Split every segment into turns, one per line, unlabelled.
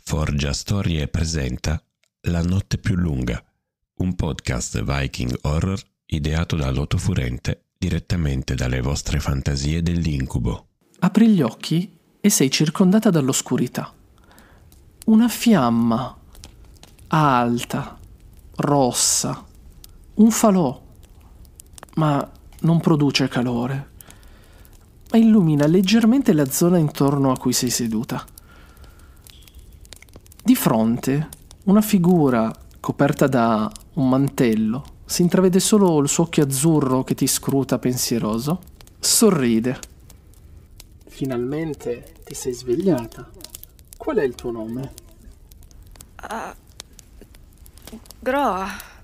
Forgia Storie presenta La notte più lunga, un podcast Viking Horror ideato da Loto Furente direttamente dalle vostre fantasie dell'incubo.
Apri gli occhi e sei circondata dall'oscurità. Una fiamma alta, rossa, un falò, ma non produce calore, ma illumina leggermente la zona intorno a cui sei seduta. Di fronte, una figura coperta da un mantello, si intravede solo il suo occhio azzurro che ti scruta pensieroso. Sorride. Finalmente ti sei svegliata. Qual è il tuo nome?
Groa.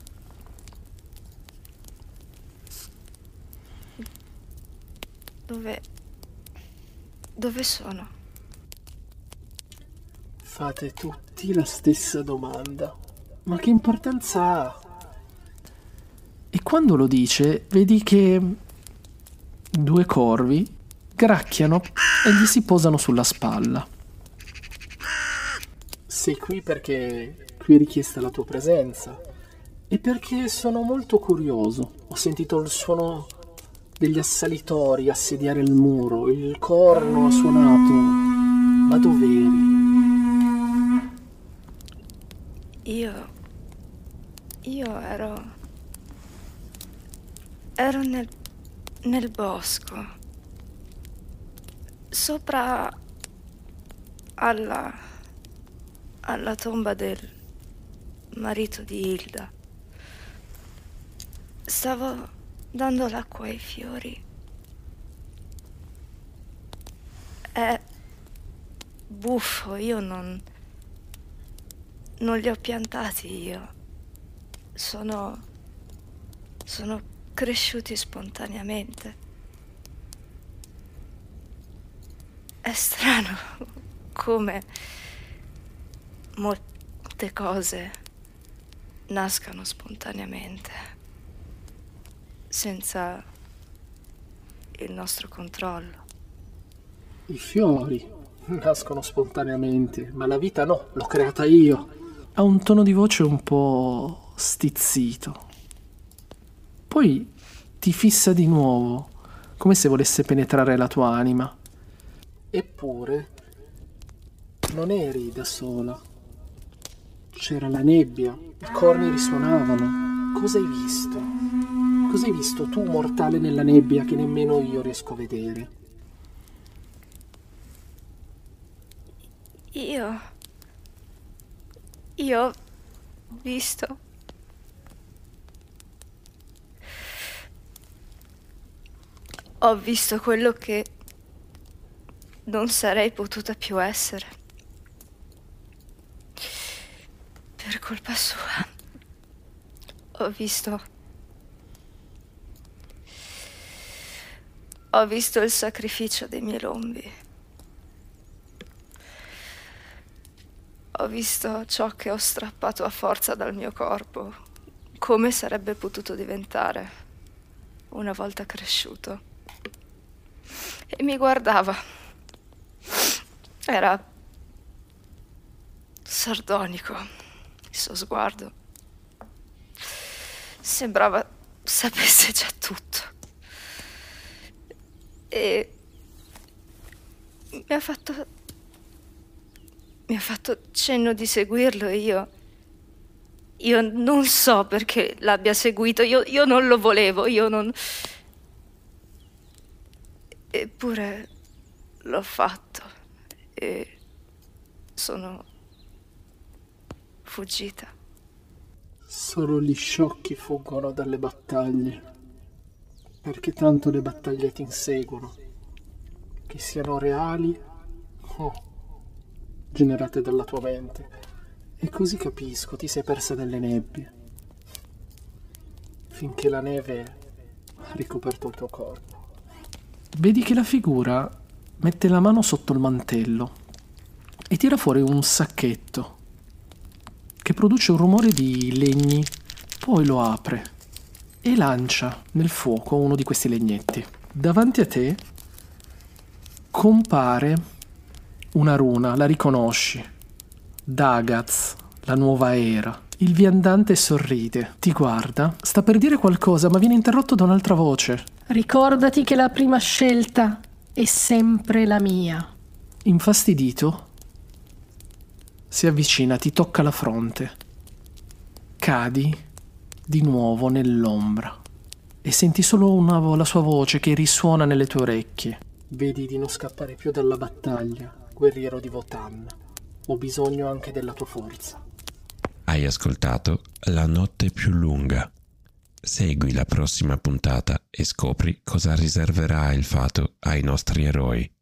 Dove sono?
Fate tutti la stessa domanda. Ma che importanza ha? E quando lo dice, vedi che due corvi gracchiano e gli si posano sulla spalla. Sei qui perché qui è richiesta la tua presenza e perché sono molto curioso. Ho sentito il suono degli assalitori assediare il muro, il corno ha suonato. Ma dov'eri?
Io ero nel bosco, sopra alla tomba del marito di Hilda. Stavo dando l'acqua ai fiori. È buffo, io non li ho piantati io. Sono cresciuti spontaneamente. È strano come molte cose nascano spontaneamente, senza il nostro controllo.
I fiori nascono spontaneamente, ma la vita no, l'ho creata io. Ha un tono di voce un po' stizzito. Poi ti fissa di nuovo, come se volesse penetrare la tua anima. Eppure non eri da sola. C'era la nebbia, i corni risuonavano. Cosa hai visto? Cosa hai visto tu, mortale, nella nebbia che nemmeno io riesco a vedere?
Io ho visto quello che non sarei potuta più essere per colpa sua. Ho visto il sacrificio dei miei lombi. Ho visto ciò che ho strappato a forza dal mio corpo, come sarebbe potuto diventare una volta cresciuto. E mi guardava. Era sardonico il suo sguardo. Sembrava sapesse già tutto. E mi ha fatto cenno di seguirlo e io non so perché l'abbia seguito, io non lo volevo, eppure l'ho fatto e sono fuggita.
Solo gli sciocchi fuggono dalle battaglie, perché tanto le battaglie ti inseguono, che siano reali o generate dalla tua mente. E così capisco, ti sei persa nelle nebbie, finché la neve ha ricoperto il tuo corpo. Vedi che la figura mette la mano sotto il mantello e tira fuori un sacchetto che produce un rumore di legni, poi lo apre e lancia nel fuoco uno di questi legnetti. Davanti a te compare una runa, la riconosci. Dagaz, la nuova era. Il viandante sorride, ti guarda, sta per dire qualcosa, ma viene interrotto da un'altra voce.
Ricordati che la prima scelta è sempre la mia.
Infastidito, si avvicina, ti tocca la fronte. Cadi di nuovo nell'ombra e senti solo la sua voce che risuona nelle tue orecchie. Vedi di non scappare più dalla battaglia, guerriero di Votann. Ho bisogno anche della tua forza.
Hai ascoltato La notte più lunga. Segui la prossima puntata e scopri cosa riserverà il fato ai nostri eroi.